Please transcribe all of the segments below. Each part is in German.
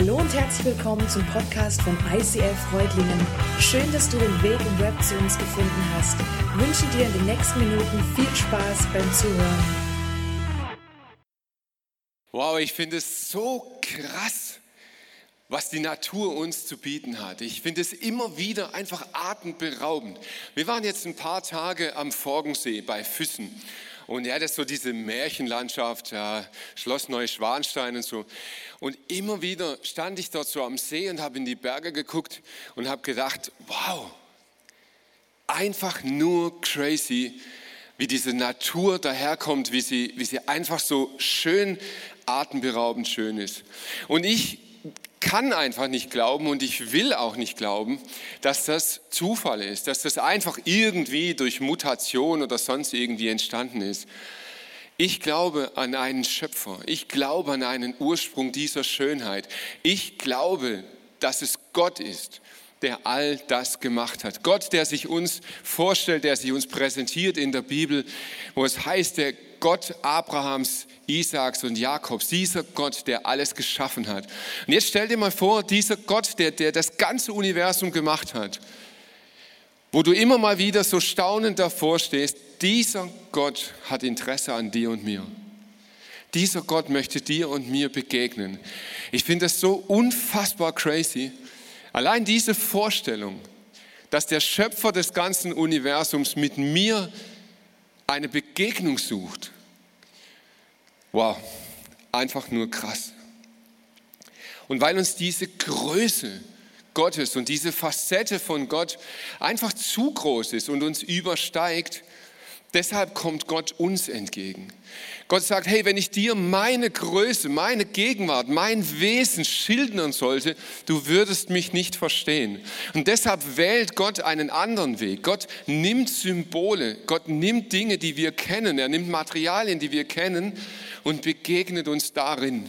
Hallo und herzlich willkommen zum Podcast von ICF Reutlingen. Schön, dass du den Weg im Web zu uns gefunden hast. Ich wünsche dir in den nächsten Minuten viel Spaß beim Zuhören. Wow, ich finde es so krass, was die Natur uns zu bieten hat. Ich finde es immer wieder einfach atemberaubend. Wir waren jetzt ein paar Tage am Forgensee bei Füssen. Und ja, das ist so diese Märchenlandschaft, ja, Schloss Neuschwanstein und so. Und immer wieder stand ich dort so am See und habe in die Berge geguckt und habe gedacht, wow, einfach nur crazy, wie diese Natur daherkommt, wie sie einfach so schön, atemberaubend schön ist. Und ich kann einfach nicht glauben und ich will auch nicht glauben, dass das Zufall ist, dass das einfach irgendwie durch Mutation oder sonst irgendwie entstanden ist. Ich glaube an einen Schöpfer, ich glaube an einen Ursprung dieser Schönheit. Ich glaube, dass es Gott ist, der all das gemacht hat. Gott, der sich uns vorstellt, der sich uns präsentiert in der Bibel, wo es heißt, der Gott Abrahams, Isaaks und Jakobs, dieser Gott, der alles geschaffen hat. Und jetzt stell dir mal vor, dieser Gott, der das ganze Universum gemacht hat, wo du immer mal wieder so staunend davor stehst, dieser Gott hat Interesse an dir und mir. Dieser Gott möchte dir und mir begegnen. Ich finde das so unfassbar crazy. Allein diese Vorstellung, dass der Schöpfer des ganzen Universums mit mir eine Begegnung sucht. Wow, einfach nur krass. Und weil uns diese Größe Gottes und diese Facette von Gott einfach zu groß ist und uns übersteigt, deshalb kommt Gott uns entgegen. Gott sagt, hey, wenn ich dir meine Größe, meine Gegenwart, mein Wesen schildern sollte, du würdest mich nicht verstehen. Und deshalb wählt Gott einen anderen Weg. Gott nimmt Symbole, Gott nimmt Dinge, die wir kennen, er nimmt Materialien, die wir kennen und begegnet uns darin.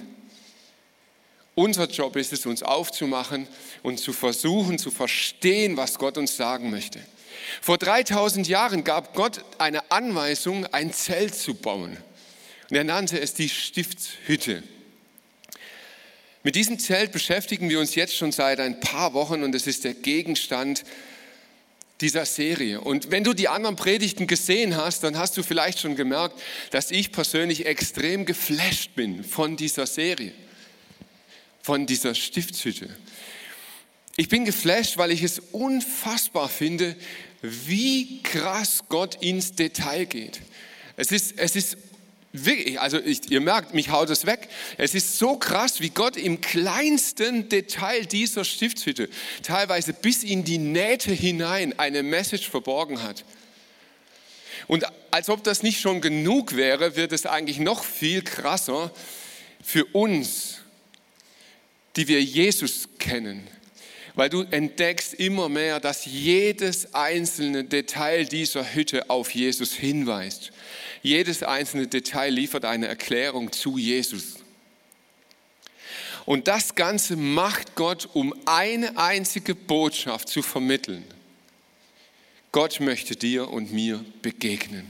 Unser Job ist es, uns aufzumachen und zu versuchen, zu verstehen, was Gott uns sagen möchte. Vor 3000 Jahren gab Gott eine Anweisung, ein Zelt zu bauen. Und er nannte es die Stiftshütte. Mit diesem Zelt beschäftigen wir uns jetzt schon seit ein paar Wochen und es ist der Gegenstand dieser Serie. Und wenn du die anderen Predigten gesehen hast, dann hast du vielleicht schon gemerkt, dass ich persönlich extrem geflasht bin von dieser Serie, von dieser Stiftshütte. Ich bin geflasht, weil ich es unfassbar finde, wie krass Gott ins Detail geht. Es ist wirklich, also ihr merkt, mich haut es weg. Es ist so krass, wie Gott im kleinsten Detail dieser Stiftshütte, teilweise bis in die Nähte hinein, eine Message verborgen hat. Und als ob das nicht schon genug wäre, wird es eigentlich noch viel krasser für uns, die wir Jesus kennen. Weil du entdeckst immer mehr, dass jedes einzelne Detail dieser Hütte auf Jesus hinweist. Jedes einzelne Detail liefert eine Erklärung zu Jesus. Und das Ganze macht Gott, um eine einzige Botschaft zu vermitteln. Gott möchte dir und mir begegnen.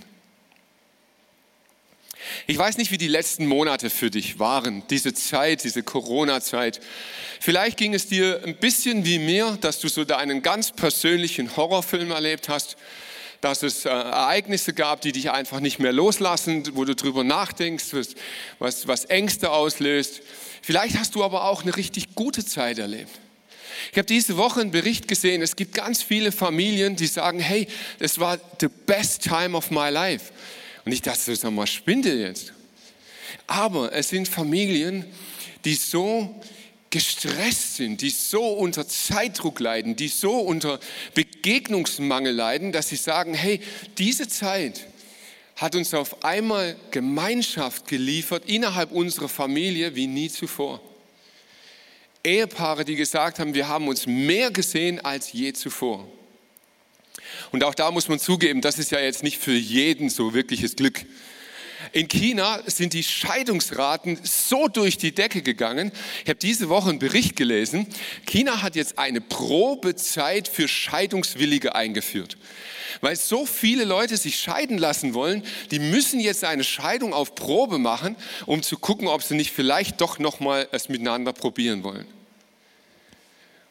Ich weiß nicht, wie die letzten Monate für dich waren, diese Zeit, diese Corona-Zeit. Vielleicht ging es dir ein bisschen wie mir, dass du so deinen ganz persönlichen Horrorfilm erlebt hast, dass es Ereignisse gab, die dich einfach nicht mehr loslassen, wo du drüber nachdenkst, was Ängste auslöst. Vielleicht hast du aber auch eine richtig gute Zeit erlebt. Ich habe diese Woche einen Bericht gesehen, es gibt ganz viele Familien, die sagen, hey, das war the best time of my life. Und ich dachte, sag mal, spinnt ihr jetzt? Aber es sind Familien, die so gestresst sind, die so unter Zeitdruck leiden, die so unter Begegnungsmangel leiden, dass sie sagen, hey, diese Zeit hat uns auf einmal Gemeinschaft geliefert innerhalb unserer Familie wie nie zuvor. Ehepaare, die gesagt haben, wir haben uns mehr gesehen als je zuvor. Und auch da muss man zugeben, das ist ja jetzt nicht für jeden so wirkliches Glück. In China sind die Scheidungsraten so durch die Decke gegangen. Ich habe diese Woche einen Bericht gelesen. China hat jetzt eine Probezeit für Scheidungswillige eingeführt. Weil so viele Leute sich scheiden lassen wollen, die müssen jetzt eine Scheidung auf Probe machen, um zu gucken, ob sie nicht vielleicht doch nochmal es miteinander probieren wollen.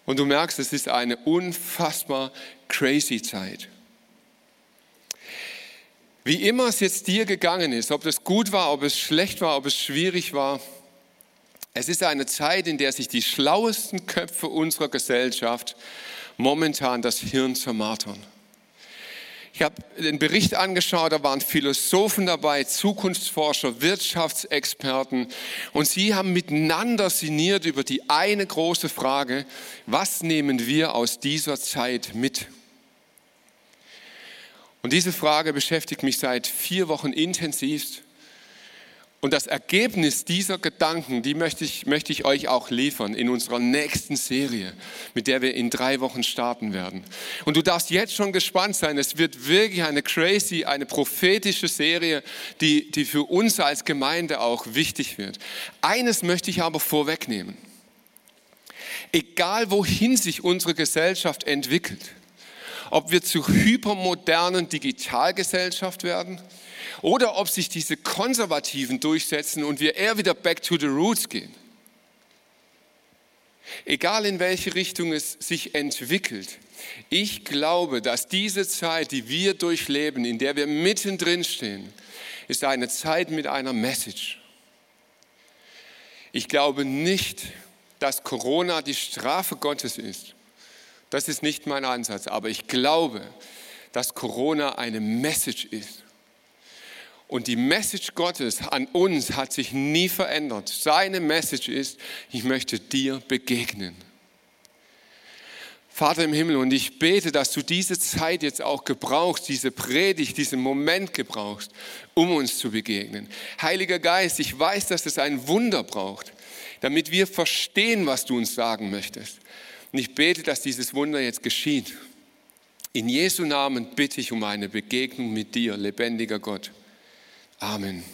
Und du merkst, es ist eine unfassbar crazy Zeit. Wie immer es jetzt dir gegangen ist, ob das gut war, ob es schlecht war, ob es schwierig war, es ist eine Zeit, in der sich die schlauesten Köpfe unserer Gesellschaft momentan das Hirn zermartern. Ich habe den Bericht angeschaut, da waren Philosophen dabei, Zukunftsforscher, Wirtschaftsexperten und sie haben miteinander sinniert über die eine große Frage: Was nehmen wir aus dieser Zeit mit? Und diese Frage beschäftigt mich seit 4 Wochen intensivst. Und das Ergebnis dieser Gedanken, die möchte ich euch auch liefern in unserer nächsten Serie, mit der wir in 3 Wochen starten werden. Und du darfst jetzt schon gespannt sein, es wird wirklich eine prophetische Serie, die für uns als Gemeinde auch wichtig wird. Eines möchte ich aber vorwegnehmen. Egal wohin sich unsere Gesellschaft entwickelt, ob wir zur hypermodernen Digitalgesellschaft werden oder ob sich diese Konservativen durchsetzen und wir eher wieder back to the roots gehen. Egal in welche Richtung es sich entwickelt, ich glaube, dass diese Zeit, die wir durchleben, in der wir mittendrin stehen, ist eine Zeit mit einer Message. Ich glaube nicht, dass Corona die Strafe Gottes ist. Das ist nicht mein Ansatz, aber ich glaube, dass Corona eine Message ist. Und die Message Gottes an uns hat sich nie verändert. Seine Message ist: Ich möchte dir begegnen. Vater im Himmel, und ich bete, dass du diese Zeit jetzt auch gebrauchst, diese Predigt, diesen Moment gebrauchst, um uns zu begegnen. Heiliger Geist, ich weiß, dass es ein Wunder braucht, damit wir verstehen, was du uns sagen möchtest. Und ich bete, dass dieses Wunder jetzt geschieht. In Jesu Namen bitte ich um eine Begegnung mit dir, lebendiger Gott. Amen.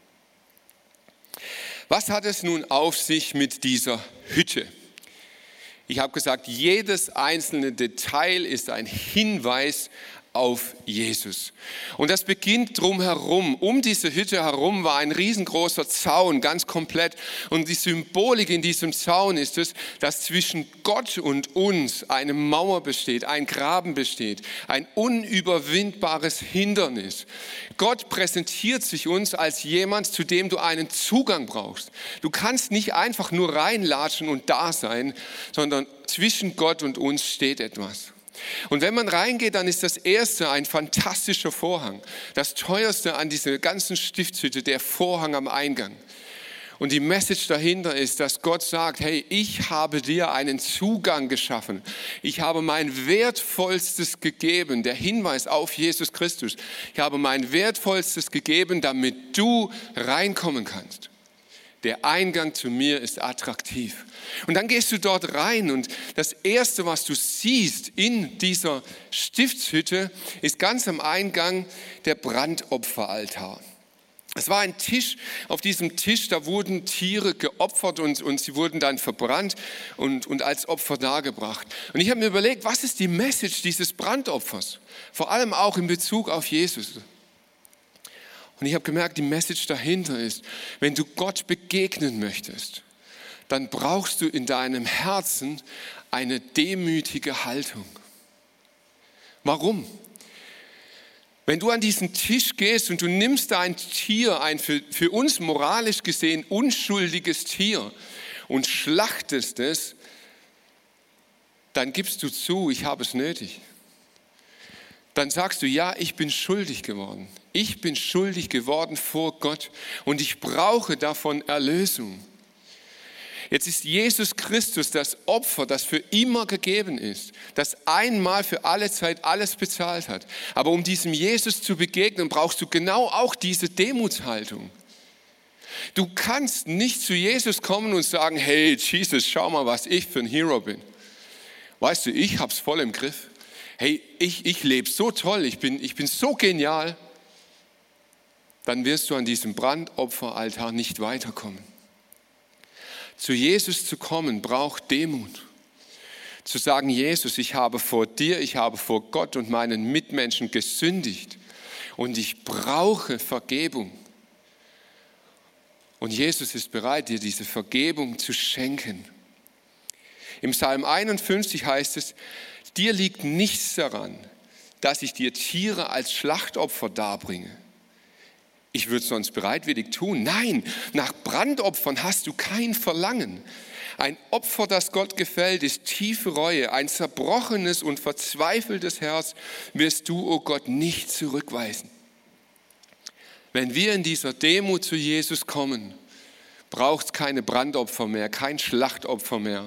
Was hat es nun auf sich mit dieser Hütte? Ich habe gesagt, jedes einzelne Detail ist ein Hinweis auf Jesus. Und das beginnt drumherum. Um diese Hütte herum war ein riesengroßer Zaun, ganz komplett. Und die Symbolik in diesem Zaun ist es, dass zwischen Gott und uns eine Mauer besteht, ein Graben besteht, ein unüberwindbares Hindernis. Gott präsentiert sich uns als jemand, zu dem du einen Zugang brauchst. Du kannst nicht einfach nur reinlatschen und da sein, sondern zwischen Gott und uns steht etwas. Und wenn man reingeht, dann ist das erste ein fantastischer Vorhang. Das teuerste an dieser ganzen Stiftshütte, der Vorhang am Eingang. Und die Message dahinter ist, dass Gott sagt: Hey, ich habe dir einen Zugang geschaffen. Ich habe mein Wertvollstes gegeben, der Hinweis auf Jesus Christus. Ich habe mein Wertvollstes gegeben, damit du reinkommen kannst. Der Eingang zu mir ist attraktiv. Und dann gehst du dort rein und das Erste, was du siehst in dieser Stiftshütte, ist ganz am Eingang der Brandopferaltar. Es war ein Tisch, auf diesem Tisch, da wurden Tiere geopfert und sie wurden dann verbrannt und als Opfer dargebracht. Und ich habe mir überlegt, was ist die Message dieses Brandopfers? Vor allem auch in Bezug auf Jesus. Und ich habe gemerkt, die Message dahinter ist: Wenn du Gott begegnen möchtest, dann brauchst du in deinem Herzen eine demütige Haltung. Warum? Wenn du an diesen Tisch gehst und du nimmst da ein Tier, ein für uns moralisch gesehen unschuldiges Tier und schlachtest es, dann gibst du zu, ich habe es nötig. Dann sagst du: Ja, ich bin schuldig geworden. Ich bin schuldig geworden vor Gott und ich brauche davon Erlösung. Jetzt ist Jesus Christus das Opfer, das für immer gegeben ist, das einmal für alle Zeit alles bezahlt hat. Aber um diesem Jesus zu begegnen, brauchst du genau auch diese Demutshaltung. Du kannst nicht zu Jesus kommen und sagen: Hey Jesus, schau mal, was ich für ein Hero bin. Weißt du, ich hab's voll im Griff. Hey, ich lebe so toll, ich bin so genial. Dann wirst du an diesem Brandopferaltar nicht weiterkommen. Zu Jesus zu kommen braucht Demut. Zu sagen: Jesus, ich habe vor dir, ich habe vor Gott und meinen Mitmenschen gesündigt und ich brauche Vergebung. Und Jesus ist bereit, dir diese Vergebung zu schenken. Im Psalm 51 heißt es, dir liegt nichts daran, dass ich dir Tiere als Schlachtopfer darbringe. Ich würde es sonst bereitwillig tun. Nein, nach Brandopfern hast du kein Verlangen. Ein Opfer, das Gott gefällt, ist tiefe Reue. Ein zerbrochenes und verzweifeltes Herz wirst du, o Gott, nicht zurückweisen. Wenn wir in dieser Demut zu Jesus kommen, braucht es keine Brandopfer mehr, kein Schlachtopfer mehr.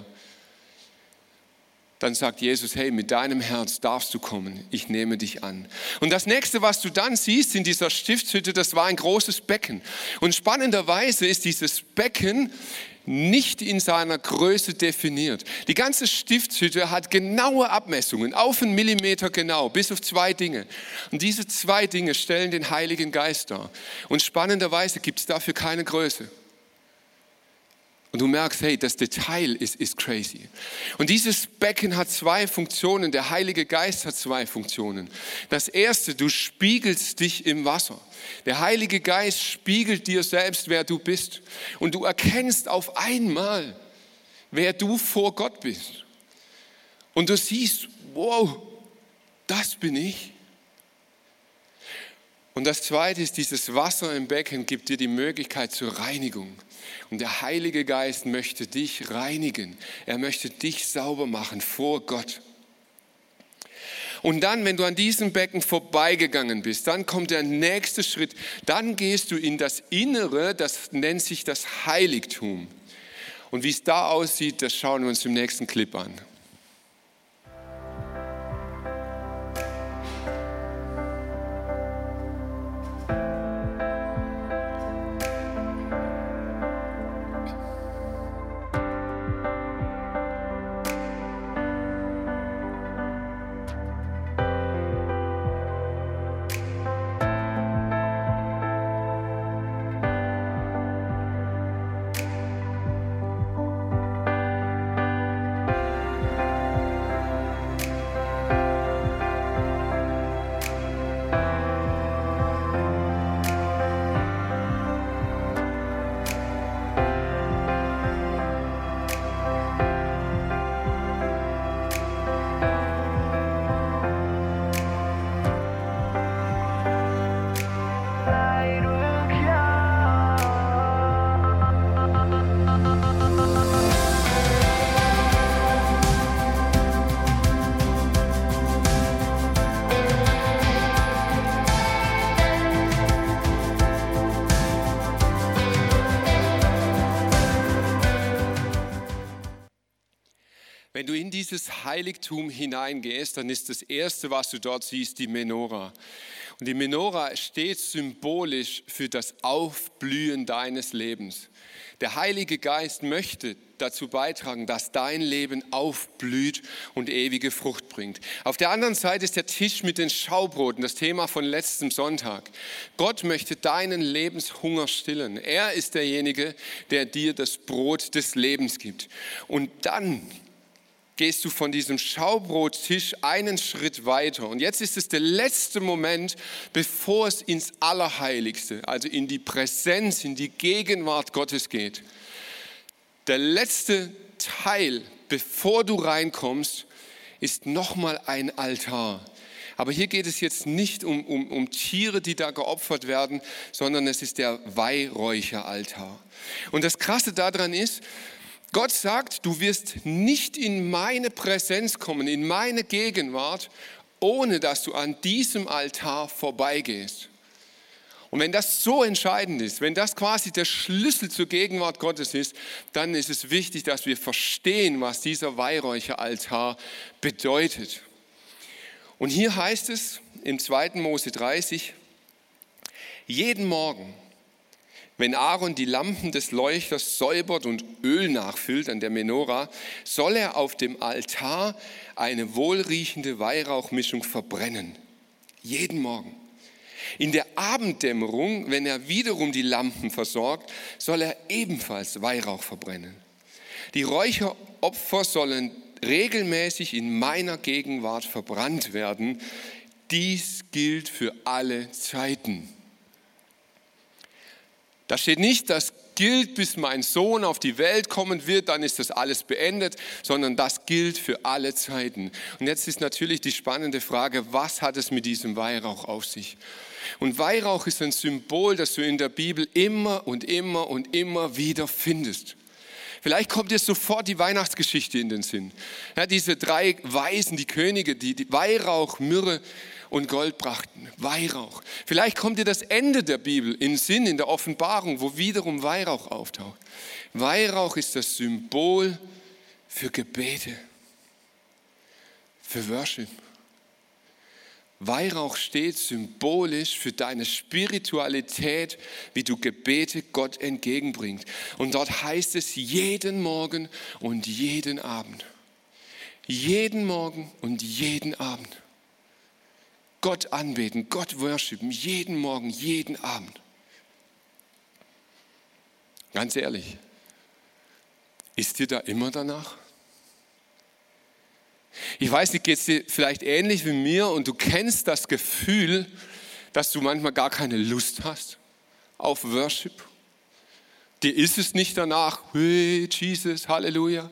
Dann sagt Jesus, hey, mit deinem Herz darfst du kommen, ich nehme dich an. Und das nächste, was du dann siehst in dieser Stiftshütte, das war ein großes Becken. Und spannenderweise ist dieses Becken nicht in seiner Größe definiert. Die ganze Stiftshütte hat genaue Abmessungen, auf einen Millimeter genau, bis auf 2 Dinge. Und diese 2 Dinge stellen den Heiligen Geist dar. Und spannenderweise gibt es dafür keine Größe. Und du merkst, hey, das Detail ist crazy. Und dieses Becken hat 2 Funktionen. Der Heilige Geist hat 2 Funktionen. Das erste, du spiegelst dich im Wasser. Der Heilige Geist spiegelt dir selbst, wer du bist. Und du erkennst auf einmal, wer du vor Gott bist. Und du siehst, wow, das bin ich. Und das zweite ist, dieses Wasser im Becken gibt dir die Möglichkeit zur Reinigung. Und der Heilige Geist möchte dich reinigen. Er möchte dich sauber machen vor Gott. Und dann, wenn du an diesem Becken vorbeigegangen bist, dann kommt der nächste Schritt. Dann gehst du in das Innere, das nennt sich das Heiligtum. Und wie es da aussieht, das schauen wir uns im nächsten Clip an. Wenn du in dieses Heiligtum hineingehst, dann ist das Erste, was du dort siehst, die Menora. Und die Menora steht symbolisch für das Aufblühen deines Lebens. Der Heilige Geist möchte dazu beitragen, dass dein Leben aufblüht und ewige Frucht bringt. Auf der anderen Seite ist der Tisch mit den Schaubroten, das Thema von letztem Sonntag. Gott möchte deinen Lebenshunger stillen. Er ist derjenige, der dir das Brot des Lebens gibt. Und dann gehst du von diesem Schaubrottisch einen Schritt weiter. Und jetzt ist es der letzte Moment, bevor es ins Allerheiligste, also in die Präsenz, in die Gegenwart Gottes geht. Der letzte Teil, bevor du reinkommst, ist nochmal ein Altar. Aber hier geht es jetzt nicht um Tiere, die da geopfert werden, sondern es ist der Weihräucheraltar. Und das Krasse daran ist, Gott sagt, du wirst nicht in meine Präsenz kommen, in meine Gegenwart, ohne dass du an diesem Altar vorbeigehst. Und wenn das so entscheidend ist, wenn das quasi der Schlüssel zur Gegenwart Gottes ist, dann ist es wichtig, dass wir verstehen, was dieser Weihräucheraltar bedeutet. Und hier heißt es im 2. Mose 30, jeden Morgen, wenn Aaron die Lampen des Leuchters säubert und Öl nachfüllt an der Menora, soll er auf dem Altar eine wohlriechende Weihrauchmischung verbrennen. Jeden Morgen. In der Abenddämmerung, wenn er wiederum die Lampen versorgt, soll er ebenfalls Weihrauch verbrennen. Die Räucheropfer sollen regelmäßig in meiner Gegenwart verbrannt werden. Dies gilt für alle Zeiten. Da steht nicht, das gilt, bis mein Sohn auf die Welt kommen wird, dann ist das alles beendet, sondern das gilt für alle Zeiten. Und jetzt ist natürlich die spannende Frage, was hat es mit diesem Weihrauch auf sich? Und Weihrauch ist ein Symbol, das du in der Bibel immer und immer und immer wieder findest. Vielleicht kommt dir sofort die Weihnachtsgeschichte in den Sinn. Ja, diese 3 Weisen, die Könige, die Weihrauch, Myrrhe und Gold brachten. Weihrauch. Vielleicht kommt dir das Ende der Bibel in den Sinn, in der Offenbarung, wo wiederum Weihrauch auftaucht. Weihrauch ist das Symbol für Gebete, für Worship. Weihrauch steht symbolisch für deine Spiritualität, wie du Gebete Gott entgegenbringst. Und dort heißt es jeden Morgen und jeden Abend. Jeden Morgen und jeden Abend. Gott anbeten, Gott worshipen, jeden Morgen, jeden Abend. Ganz ehrlich, ist dir da immer danach? Ich weiß nicht, geht es dir vielleicht ähnlich wie mir und du kennst das Gefühl, dass du manchmal gar keine Lust hast auf Worship. Dir ist es nicht danach, hey, Jesus, Halleluja.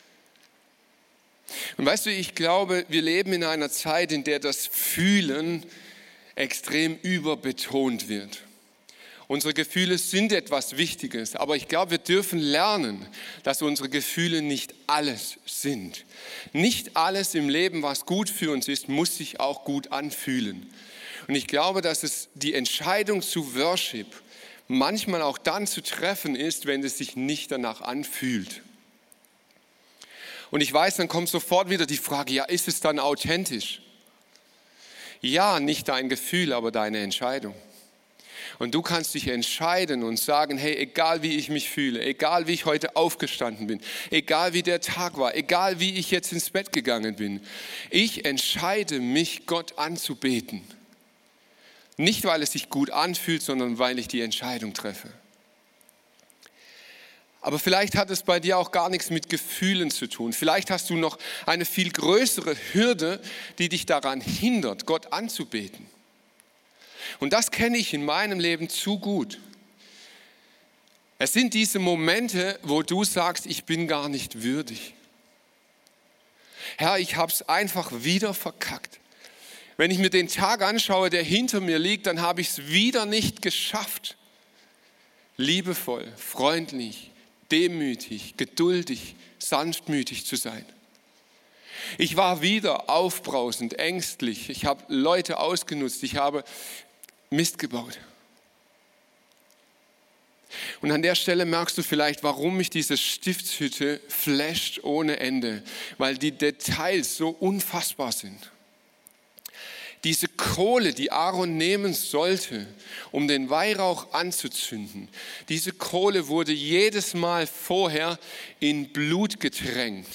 Und weißt du, ich glaube, wir leben in einer Zeit, in der das Fühlen extrem überbetont wird. Unsere Gefühle sind etwas Wichtiges, aber ich glaube, wir dürfen lernen, dass unsere Gefühle nicht alles sind. Nicht alles im Leben, was gut für uns ist, muss sich auch gut anfühlen. Und ich glaube, dass es die Entscheidung zu Worship manchmal auch dann zu treffen ist, wenn es sich nicht danach anfühlt. Und ich weiß, dann kommt sofort wieder die Frage, ja, ist es dann authentisch? Ja, nicht dein Gefühl, aber deine Entscheidung. Und du kannst dich entscheiden und sagen, hey, egal wie ich mich fühle, egal wie ich heute aufgestanden bin, egal wie der Tag war, egal wie ich jetzt ins Bett gegangen bin, ich entscheide mich, Gott anzubeten. Nicht, weil es sich gut anfühlt, sondern weil ich die Entscheidung treffe. Aber vielleicht hat es bei dir auch gar nichts mit Gefühlen zu tun. Vielleicht hast du noch eine viel größere Hürde, die dich daran hindert, Gott anzubeten. Und das kenne ich in meinem Leben zu gut. Es sind diese Momente, wo du sagst, ich bin gar nicht würdig. Herr, ich habe es einfach wieder verkackt. Wenn ich mir den Tag anschaue, der hinter mir liegt, dann habe ich es wieder nicht geschafft. Liebevoll, freundlich, demütig, geduldig, sanftmütig zu sein. Ich war wieder aufbrausend, ängstlich. Ich habe Leute ausgenutzt. Ich habe Mist gebaut. Und an der Stelle merkst du vielleicht, warum mich diese Stiftshütte flasht ohne Ende. Weil die Details so unfassbar sind. Diese Kohle, die Aaron nehmen sollte, um den Weihrauch anzuzünden, diese Kohle wurde jedes Mal vorher in Blut getränkt.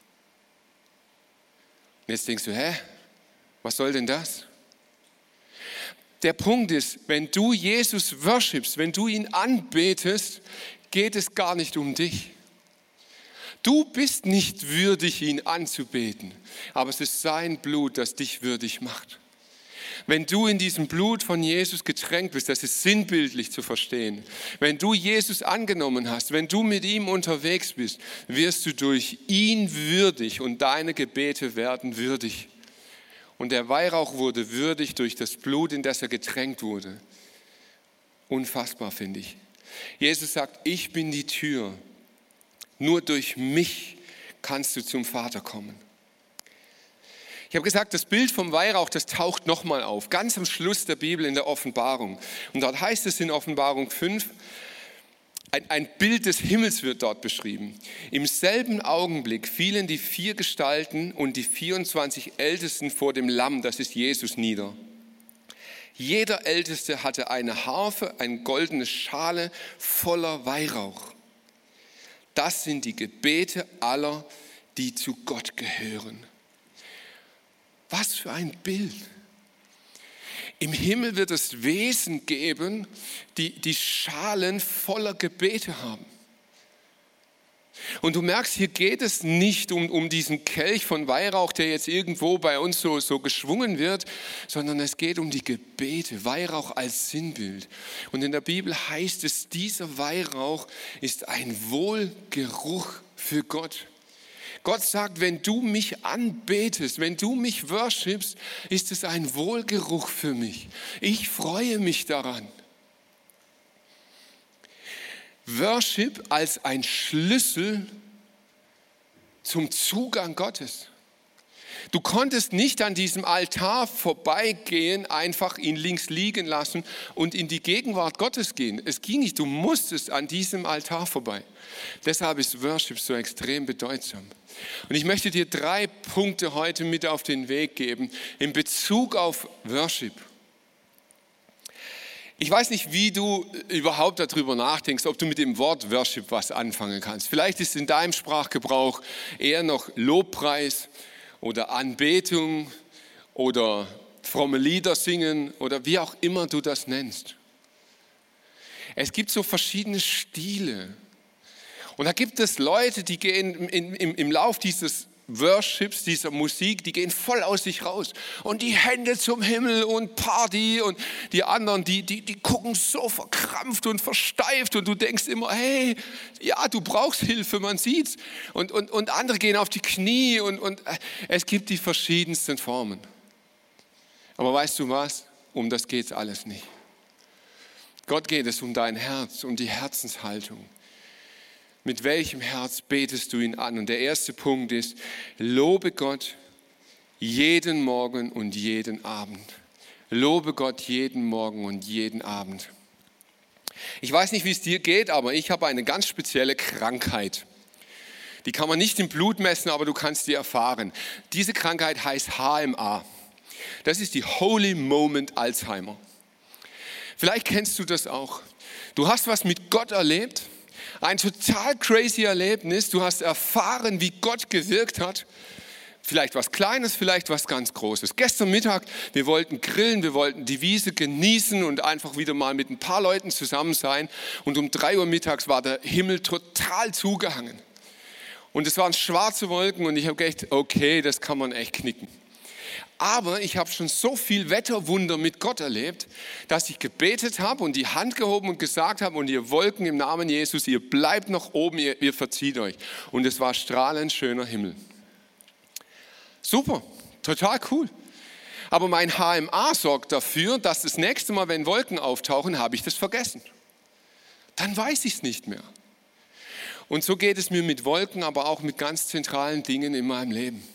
Und jetzt denkst du, was soll denn das? Der Punkt ist, wenn du Jesus worshipst, wenn du ihn anbetest, geht es gar nicht um dich. Du bist nicht würdig, ihn anzubeten, aber es ist sein Blut, das dich würdig macht. Wenn du in diesem Blut von Jesus getränkt bist, das ist sinnbildlich zu verstehen. Wenn du Jesus angenommen hast, wenn du mit ihm unterwegs bist, wirst du durch ihn würdig und deine Gebete werden würdig. Und der Weihrauch wurde würdig durch das Blut, in das er getränkt wurde. Unfassbar, finde ich. Jesus sagt, ich bin die Tür. Nur durch mich kannst du zum Vater kommen. Ich habe gesagt, das Bild vom Weihrauch, das taucht nochmal auf, ganz am Schluss der Bibel in der Offenbarung. Und dort heißt es in Offenbarung 5, ein Bild des Himmels wird dort beschrieben. Im selben Augenblick fielen die 4 Gestalten und die 24 Ältesten vor dem Lamm, das ist Jesus, nieder. Jeder Älteste hatte eine Harfe, eine goldene Schale voller Weihrauch. Das sind die Gebete aller, die zu Gott gehören. Was für ein Bild. Im Himmel wird es Wesen geben, die Schalen voller Gebete haben. Und du merkst, hier geht es nicht um diesen Kelch von Weihrauch, der jetzt irgendwo bei uns so geschwungen wird, sondern es geht um die Gebete, Weihrauch als Sinnbild. Und in der Bibel heißt es, dieser Weihrauch ist ein Wohlgeruch für Gott. Gott sagt, wenn du mich anbetest, wenn du mich worshipst, ist es ein Wohlgeruch für mich. Ich freue mich daran. Worship als ein Schlüssel zum Zugang Gottes. Du konntest nicht an diesem Altar vorbeigehen, einfach ihn links liegen lassen und in die Gegenwart Gottes gehen. Es ging nicht, du musstest an diesem Altar vorbei. Deshalb ist Worship so extrem bedeutsam. Und ich möchte dir 3 Punkte heute mit auf den Weg geben in Bezug auf Worship. Ich weiß nicht, wie du überhaupt darüber nachdenkst, ob du mit dem Wort Worship was anfangen kannst. Vielleicht ist in deinem Sprachgebrauch eher noch Lobpreis oder Anbetung oder fromme Lieder singen oder wie auch immer du das nennst. Es gibt so verschiedene Stile. Und da gibt es Leute, die gehen im Lauf dieses Worships, dieser Musik, die gehen voll aus sich raus und die Hände zum Himmel und Party und die anderen, die gucken so verkrampft und versteift und du denkst immer, hey, ja, du brauchst Hilfe, man sieht's und andere gehen auf die Knie und es gibt die verschiedensten Formen. Aber weißt du was? Um das geht's alles nicht. Gott geht es um dein Herz, um die Herzenshaltung. Mit welchem Herz betest du ihn an? Und der erste Punkt ist, lobe Gott jeden Morgen und jeden Abend. Lobe Gott jeden Morgen und jeden Abend. Ich weiß nicht, wie es dir geht, aber ich habe eine ganz spezielle Krankheit. Die kann man nicht im Blut messen, aber du kannst die erfahren. Diese Krankheit heißt HMA. Das ist die Holy Moment Alzheimer. Vielleicht kennst du das auch. Du hast was mit Gott erlebt. Ein total crazy Erlebnis. Du hast erfahren, wie Gott gewirkt hat. Vielleicht was Kleines, vielleicht was ganz Großes. Gestern Mittag, wir wollten grillen, wir wollten die Wiese genießen und einfach wieder mal mit ein paar Leuten zusammen sein. Und um 3 Uhr mittags war der Himmel total zugehangen. Und es waren schwarze Wolken und ich habe gedacht, okay, das kann man echt knicken. Aber ich habe schon so viel Wetterwunder mit Gott erlebt, dass ich gebetet habe und die Hand gehoben und gesagt habe, und ihr Wolken im Namen Jesus, ihr bleibt noch oben, ihr verzieht euch. Und es war strahlend schöner Himmel. Super, total cool. Aber mein HMA sorgt dafür, dass das nächste Mal, wenn Wolken auftauchen, habe ich das vergessen. Dann weiß ich es nicht mehr. Und so geht es mir mit Wolken, aber auch mit ganz zentralen Dingen in meinem Leben.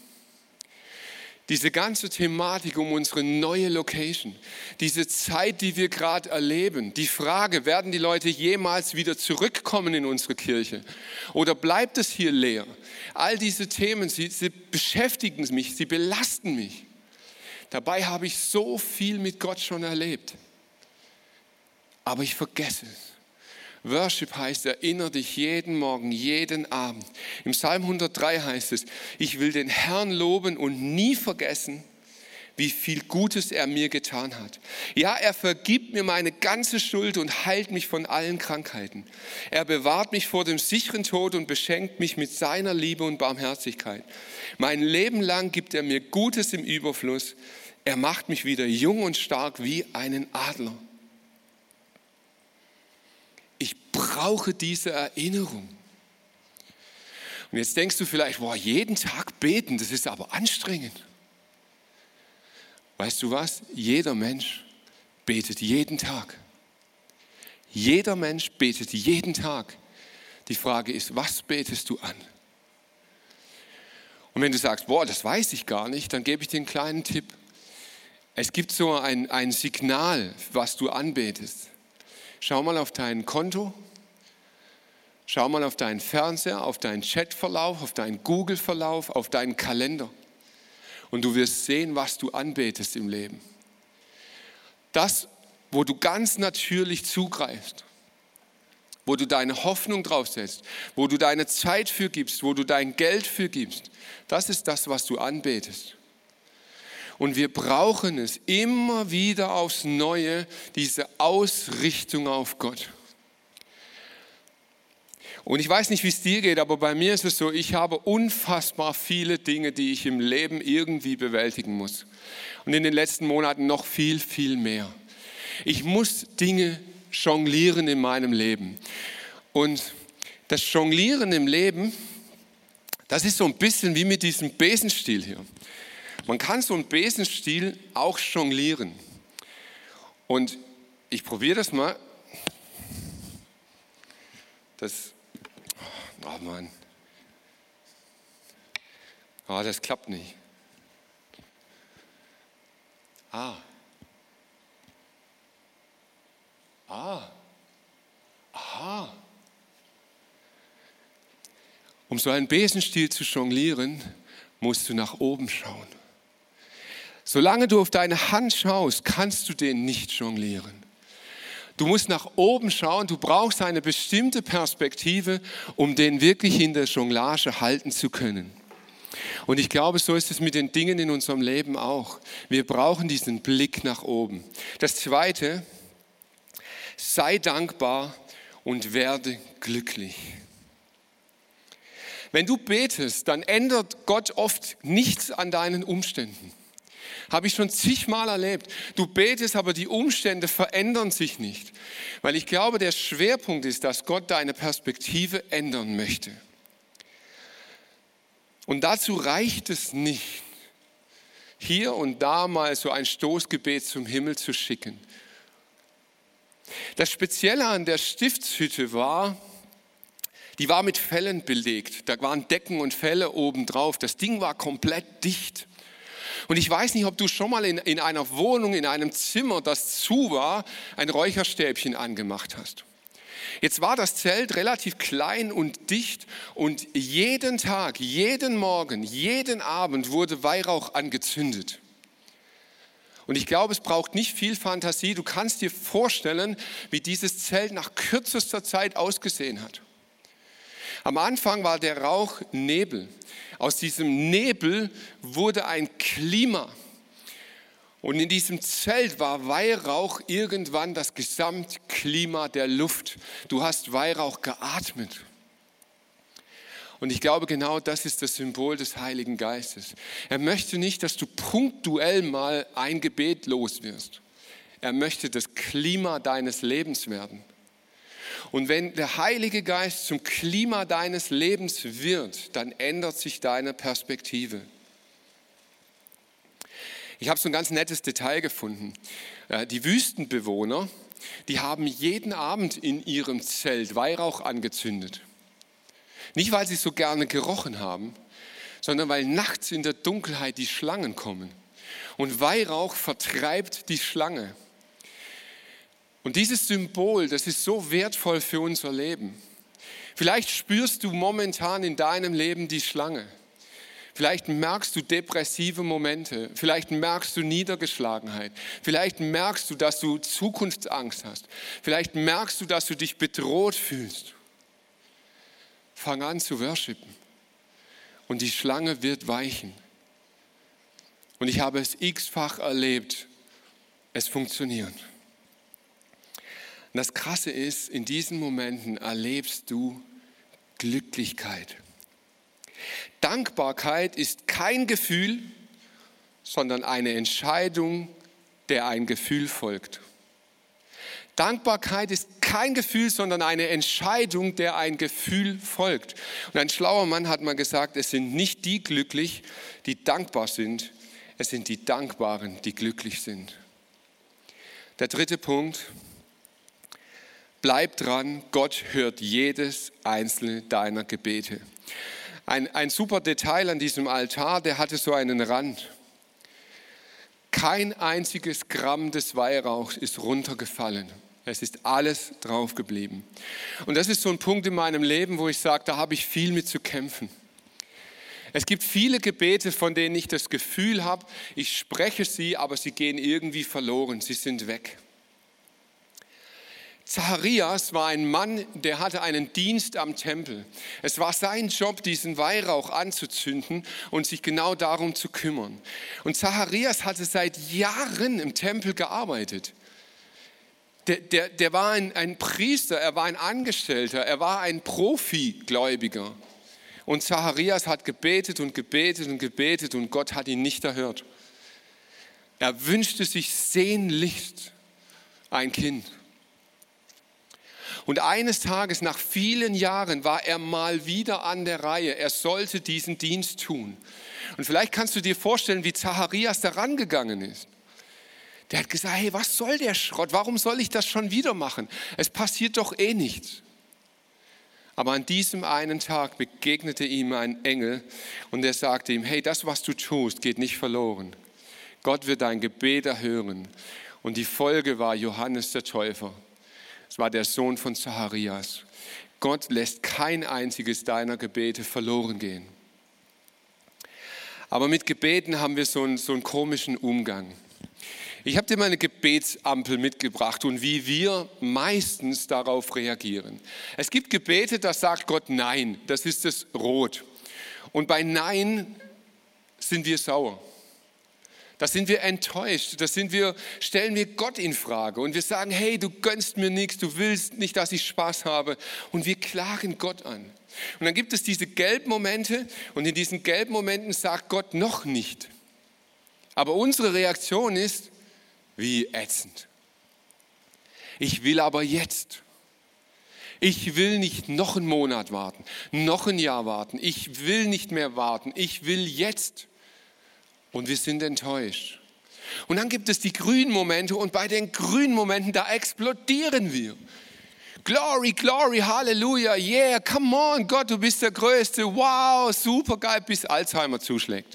Diese ganze Thematik um unsere neue Location, diese Zeit, die wir gerade erleben, die Frage, werden die Leute jemals wieder zurückkommen in unsere Kirche oder bleibt es hier leer? All diese Themen, sie beschäftigen mich, sie belasten mich. Dabei habe ich so viel mit Gott schon erlebt, aber ich vergesse es. Worship heißt, erinnere dich jeden Morgen, jeden Abend. Im Psalm 103 heißt es, ich will den Herrn loben und nie vergessen, wie viel Gutes er mir getan hat. Ja, er vergibt mir meine ganze Schuld und heilt mich von allen Krankheiten. Er bewahrt mich vor dem sicheren Tod und beschenkt mich mit seiner Liebe und Barmherzigkeit. Mein Leben lang gibt er mir Gutes im Überfluss. Er macht mich wieder jung und stark wie einen Adler. Ich brauche diese Erinnerung. Und jetzt denkst du vielleicht, boah, jeden Tag beten, das ist aber anstrengend. Weißt du was? Jeder Mensch betet jeden Tag. Jeder Mensch betet jeden Tag. Die Frage ist, was betest du an? Und wenn du sagst, boah, das weiß ich gar nicht, dann gebe ich dir einen kleinen Tipp. Es gibt so ein Signal, was du anbetest. Schau mal auf dein Konto, schau mal auf deinen Fernseher, auf deinen Chatverlauf, auf deinen Google-Verlauf, auf deinen Kalender. Und du wirst sehen, was du anbetest im Leben. Das, wo du ganz natürlich zugreifst, wo du deine Hoffnung drauf setzt, wo du deine Zeit für gibst, wo du dein Geld für gibst, das ist das, was du anbetest. Und wir brauchen es immer wieder aufs Neue, diese Ausrichtung auf Gott. Und ich weiß nicht, wie es dir geht, aber bei mir ist es so, ich habe unfassbar viele Dinge, die ich im Leben irgendwie bewältigen muss. Und in den letzten Monaten noch viel, viel mehr. Ich muss Dinge jonglieren in meinem Leben. Und das Jonglieren im Leben, das ist so ein bisschen wie mit diesem Besenstiel hier. Man kann so einen Besenstiel auch jonglieren. Und ich probiere das mal. Oh Mann. Oh, das klappt nicht. Aha. Um so einen Besenstiel zu jonglieren, musst du nach oben schauen. Solange du auf deine Hand schaust, kannst du den nicht jonglieren. Du musst nach oben schauen, du brauchst eine bestimmte Perspektive, um den wirklich in der Jonglage halten zu können. Und ich glaube, so ist es mit den Dingen in unserem Leben auch. Wir brauchen diesen Blick nach oben. Das Zweite, sei dankbar und werde glücklich. Wenn du betest, dann ändert Gott oft nichts an deinen Umständen. Habe ich schon zigmal erlebt. Du betest, aber die Umstände verändern sich nicht. Weil ich glaube, der Schwerpunkt ist, dass Gott deine Perspektive ändern möchte. Und dazu reicht es nicht, hier und da mal so ein Stoßgebet zum Himmel zu schicken. Das Spezielle an der Stiftshütte war, die war mit Fellen belegt. Da waren Decken und Felle obendrauf. Das Ding war komplett dicht. Und ich weiß nicht, ob du schon mal in einer Wohnung, in einem Zimmer, das zu war, ein Räucherstäbchen angemacht hast. Jetzt war das Zelt relativ klein und dicht und jeden Tag, jeden Morgen, jeden Abend wurde Weihrauch angezündet. Und ich glaube, es braucht nicht viel Fantasie. Du kannst dir vorstellen, wie dieses Zelt nach kürzester Zeit ausgesehen hat. Am Anfang war der Rauch Nebel. Aus diesem Nebel wurde ein Klima. Und in diesem Zelt war Weihrauch irgendwann das Gesamtklima der Luft. Du hast Weihrauch geatmet. Und ich glaube, genau das ist das Symbol des Heiligen Geistes. Er möchte nicht, dass du punktuell mal ein Gebet los wirst. Er möchte das Klima deines Lebens werden. Und wenn der Heilige Geist zum Klima deines Lebens wird, dann ändert sich deine Perspektive. Ich habe so ein ganz nettes Detail gefunden. Die Wüstenbewohner, die haben jeden Abend in ihrem Zelt Weihrauch angezündet. Nicht, weil sie so gerne gerochen haben, sondern weil nachts in der Dunkelheit die Schlangen kommen. Und Weihrauch vertreibt die Schlange. Und dieses Symbol, das ist so wertvoll für unser Leben. Vielleicht spürst du momentan in deinem Leben die Schlange. Vielleicht merkst du depressive Momente. Vielleicht merkst du Niedergeschlagenheit. Vielleicht merkst du, dass du Zukunftsangst hast. Vielleicht merkst du, dass du dich bedroht fühlst. Fang an zu worshipen. Und die Schlange wird weichen. Und ich habe es x-fach erlebt. Es funktioniert. Und das Krasse ist, in diesen Momenten erlebst du Glücklichkeit. Dankbarkeit ist kein Gefühl, sondern eine Entscheidung, der ein Gefühl folgt. Dankbarkeit ist kein Gefühl, sondern eine Entscheidung, der ein Gefühl folgt. Und ein schlauer Mann hat mal gesagt, es sind nicht die glücklich, die dankbar sind, es sind die Dankbaren, die glücklich sind. Der dritte Punkt. Bleib dran, Gott hört jedes einzelne deiner Gebete. Ein super Detail an diesem Altar, der hatte so einen Rand. Kein einziges Gramm des Weihrauchs ist runtergefallen. Es ist alles drauf geblieben. Und das ist so ein Punkt in meinem Leben, wo ich sage, da habe ich viel mit zu kämpfen. Es gibt viele Gebete, von denen ich das Gefühl habe, ich spreche sie, aber sie gehen irgendwie verloren, sie sind weg. Zacharias war ein Mann, der hatte einen Dienst am Tempel. Es war sein Job, diesen Weihrauch anzuzünden und sich genau darum zu kümmern. Und Zacharias hatte seit Jahren im Tempel gearbeitet. der war ein Priester, er war ein Angestellter, er war ein Profigläubiger. Und Zacharias hat gebetet und gebetet und gebetet und Gott hat ihn nicht erhört. Er wünschte sich sehnlichst ein Kind. Und eines Tages, nach vielen Jahren, war er mal wieder an der Reihe. Er sollte diesen Dienst tun. Und vielleicht kannst du dir vorstellen, wie Zacharias da rangegangen ist. Der hat gesagt, hey, was soll der Schrott? Warum soll ich das schon wieder machen? Es passiert doch eh nichts. Aber an diesem einen Tag begegnete ihm ein Engel und er sagte ihm, hey, das, was du tust, geht nicht verloren. Gott wird dein Gebet erhören. Und die Folge war Johannes der Täufer. Es war der Sohn von Zacharias. Gott lässt kein einziges deiner Gebete verloren gehen. Aber mit Gebeten haben wir so einen komischen Umgang. Ich habe dir mal eine Gebetsampel mitgebracht und wie wir meistens darauf reagieren. Es gibt Gebete, da sagt Gott Nein, das ist das Rot. Und bei Nein sind wir sauer. Da sind wir enttäuscht, stellen wir Gott in Frage und wir sagen, hey, du gönnst mir nichts, du willst nicht, dass ich Spaß habe und wir klagen Gott an. Und dann gibt es diese Gelbmomente und in diesen Gelbmomenten sagt Gott noch nicht. Aber unsere Reaktion ist, wie ätzend. Ich will aber jetzt. Ich will nicht noch einen Monat warten, noch ein Jahr warten. Ich will nicht mehr warten. Ich will jetzt. Und wir sind enttäuscht. Und dann gibt es die grünen Momente und bei den grünen Momenten, da explodieren wir. Glory, glory, Halleluja, yeah, come on, Gott, du bist der Größte. Wow, super geil, bis Alzheimer zuschlägt.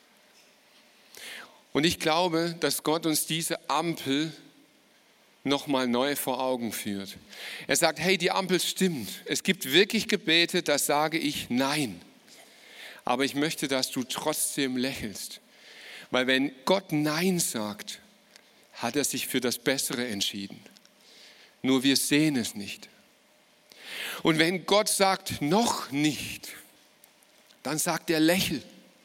Und ich glaube, dass Gott uns diese Ampel nochmal neu vor Augen führt. Er sagt, hey, die Ampel stimmt. Es gibt wirklich Gebete, da sage ich Nein. Aber ich möchte, dass du trotzdem lächelst. Weil wenn Gott Nein sagt, hat er sich für das Bessere entschieden. Nur wir sehen es nicht. Und wenn Gott sagt, noch nicht, dann sagt er, lächel.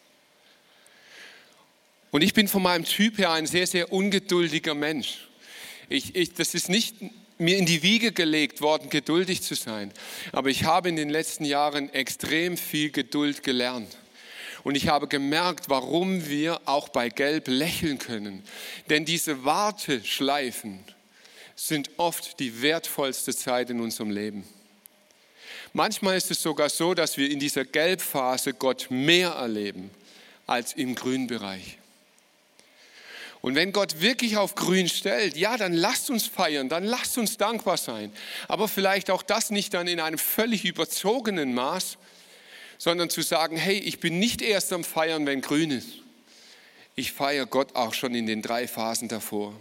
Und ich bin von meinem Typ her ein sehr, sehr ungeduldiger Mensch. Das ist nicht mir in die Wiege gelegt worden, geduldig zu sein. Aber ich habe in den letzten Jahren extrem viel Geduld gelernt. Und ich habe gemerkt, warum wir auch bei Gelb lächeln können. Denn diese Warteschleifen sind oft die wertvollste Zeit in unserem Leben. Manchmal ist es sogar so, dass wir in dieser Gelbphase Gott mehr erleben als im Grünbereich. Und wenn Gott wirklich auf Grün stellt, ja, dann lasst uns feiern, dann lasst uns dankbar sein. Aber vielleicht auch das nicht dann in einem völlig überzogenen Maß, sondern zu sagen, hey, ich bin nicht erst am Feiern, wenn grün ist. Ich feiere Gott auch schon in den 3 Phasen davor.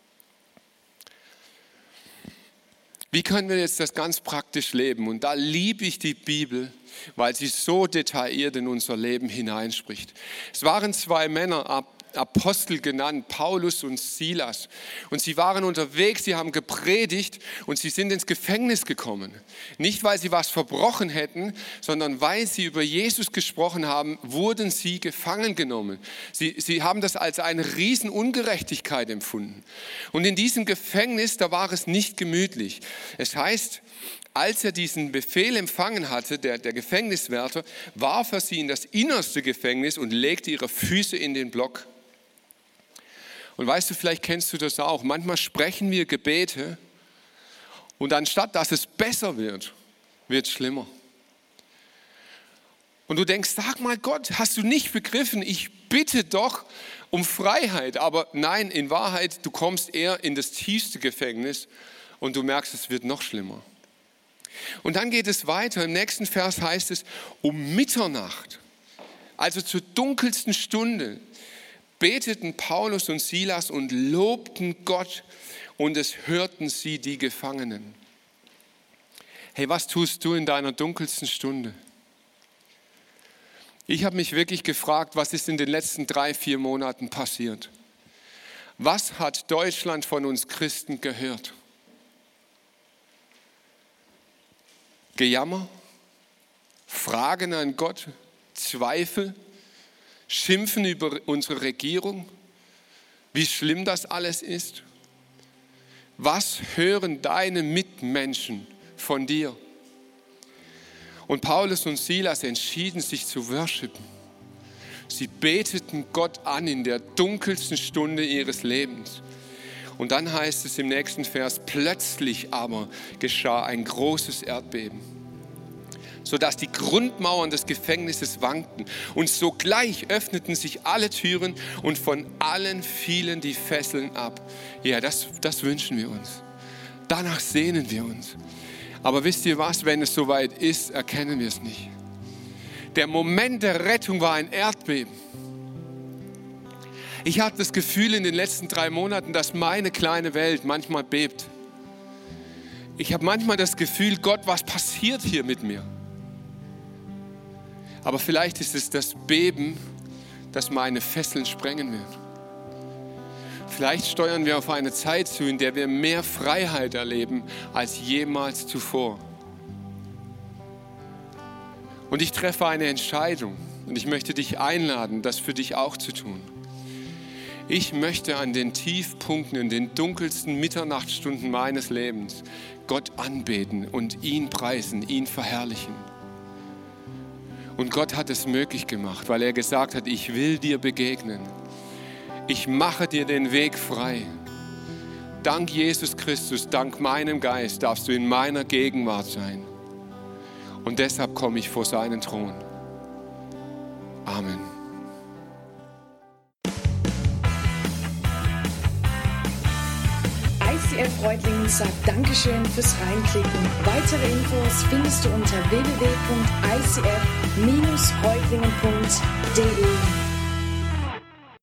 Wie können wir jetzt das ganz praktisch leben? Und da liebe ich die Bibel, weil sie so detailliert in unser Leben hineinspricht. Es waren 2 Männer, Apostel genannt, Paulus und Silas. Und sie waren unterwegs, sie haben gepredigt und sie sind ins Gefängnis gekommen. Nicht, weil sie was verbrochen hätten, sondern weil sie über Jesus gesprochen haben, wurden sie gefangen genommen. Sie haben das als eine Riesenungerechtigkeit empfunden. Und in diesem Gefängnis, da war es nicht gemütlich. Es heißt, als er diesen Befehl empfangen hatte, der Gefängniswärter, warf er sie in das innerste Gefängnis und legte ihre Füße in den Block. Und weißt du, vielleicht kennst du das auch. Manchmal sprechen wir Gebete und anstatt dass es besser wird, wird es schlimmer. Und du denkst, sag mal Gott, hast du nicht begriffen, ich bitte doch um Freiheit. Aber nein, in Wahrheit, du kommst eher in das tiefste Gefängnis und du merkst, es wird noch schlimmer. Und dann geht es weiter. Im nächsten Vers heißt es, um Mitternacht, also zur dunkelsten Stunde, beteten Paulus und Silas und lobten Gott und es hörten sie die Gefangenen. Hey, was tust du in deiner dunkelsten Stunde? Ich habe mich wirklich gefragt, was ist in den letzten 3-4 Monaten passiert? Was hat Deutschland von uns Christen gehört? Gejammer? Fragen an Gott? Zweifel? Schimpfen über unsere Regierung, wie schlimm das alles ist. Was hören deine Mitmenschen von dir? Und Paulus und Silas entschieden sich zu worshipen. Sie beteten Gott an in der dunkelsten Stunde ihres Lebens. Und dann heißt es im nächsten Vers, plötzlich aber geschah ein großes Erdbeben, sodass die Grundmauern des Gefängnisses wankten. Und sogleich öffneten sich alle Türen und von allen fielen die Fesseln ab. Ja, das wünschen wir uns. Danach sehnen wir uns. Aber wisst ihr was, wenn es soweit ist, erkennen wir es nicht. Der Moment der Rettung war ein Erdbeben. Ich habe das Gefühl in den letzten 3 Monaten, dass meine kleine Welt manchmal bebt. Ich habe manchmal das Gefühl, Gott, was passiert hier mit mir? Aber vielleicht ist es das Beben, das meine Fesseln sprengen wird. Vielleicht steuern wir auf eine Zeit zu, in der wir mehr Freiheit erleben als jemals zuvor. Und ich treffe eine Entscheidung und ich möchte dich einladen, das für dich auch zu tun. Ich möchte an den Tiefpunkten, in den dunkelsten Mitternachtsstunden meines Lebens Gott anbeten und ihn preisen, ihn verherrlichen. Und Gott hat es möglich gemacht, weil er gesagt hat, ich will dir begegnen. Ich mache dir den Weg frei. Dank Jesus Christus, dank meinem Geist darfst du in meiner Gegenwart sein. Und deshalb komme ich vor seinen Thron. Amen. ICF Reutlingen sagt Dankeschön fürs Reinklicken. Weitere Infos findest du unter www.icf-reutlingen.de.